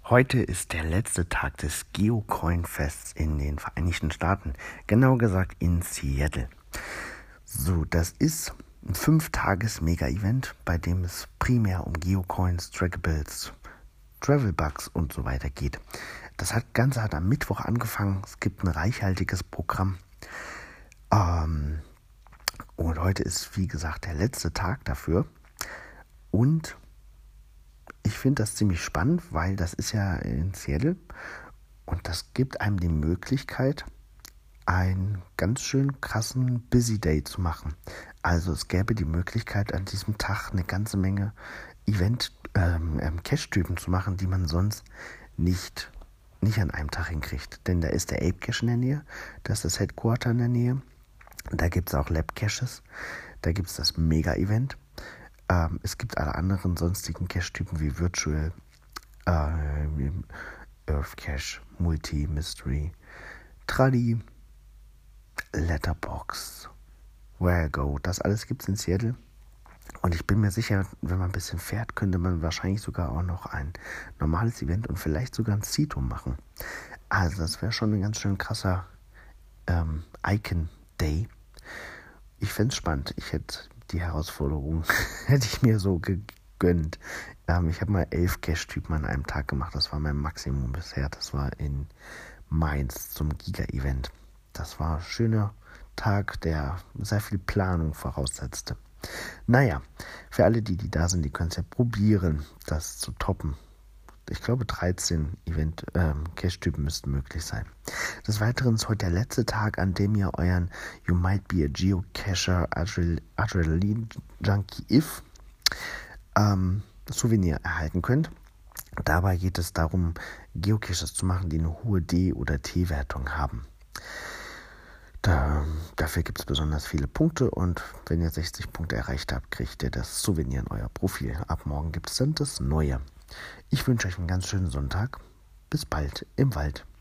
Heute ist der letzte Tag des Geocoin-Fests in den Vereinigten Staaten, genauer gesagt in Seattle. So, das ist ein 5-Tages-Mega-Event, bei dem es primär um Geocoins, Trackables, Travelbugs und so weiter geht. Das Ganze hat am Mittwoch angefangen, es gibt ein reichhaltiges Programm. Und heute ist, wie gesagt, der letzte Tag dafür. Und ich finde das ziemlich spannend, weil das ist ja in Seattle und das gibt einem die Möglichkeit, einen ganz schön krassen Busy Day zu machen. Also es gäbe die Möglichkeit, an diesem Tag eine ganze Menge Cache-Typen zu machen, die man sonst nicht an einem Tag hinkriegt. Denn da ist der Ape Cache in der Nähe, da ist das Headquarter in der Nähe, da gibt es auch Lab Caches, da gibt es das Mega-Event. Es gibt alle anderen sonstigen Cache-Typen wie Virtual, Earth Cache, Multi, Mystery, Tradi, Letterbox, Where I Go. Das alles gibt es in Seattle. Und ich bin mir sicher, wenn man ein bisschen fährt, könnte man wahrscheinlich sogar auch noch ein normales Event und vielleicht sogar ein Situm machen. Also das wäre schon ein ganz schön krasser Icon Day. Ich fände es spannend. Ich hätte die Herausforderung hätte ich mir so gegönnt. Ich habe mal 11 Cache-Typen an einem Tag gemacht. Das war mein Maximum bisher. Das war in Mainz zum Giga-Event. Das war ein schöner Tag, der sehr viel Planung voraussetzte. Naja, für alle, die da sind, die können es ja probieren, das zu toppen. Ich glaube, 13 Cache-Typen müssten möglich sein. Des Weiteren ist heute der letzte Tag, an dem ihr euren You Might Be a Geocacher Adrenaline Junkie If Souvenir erhalten könnt. Dabei geht es darum, Geocaches zu machen, die eine hohe D- oder T-Wertung haben. Dafür gibt es besonders viele Punkte und wenn ihr 60 Punkte erreicht habt, kriegt ihr das Souvenir in euer Profil. Ab morgen gibt es dann das Neue. Ich wünsche euch einen ganz schönen Sonntag. Bis bald im Wald.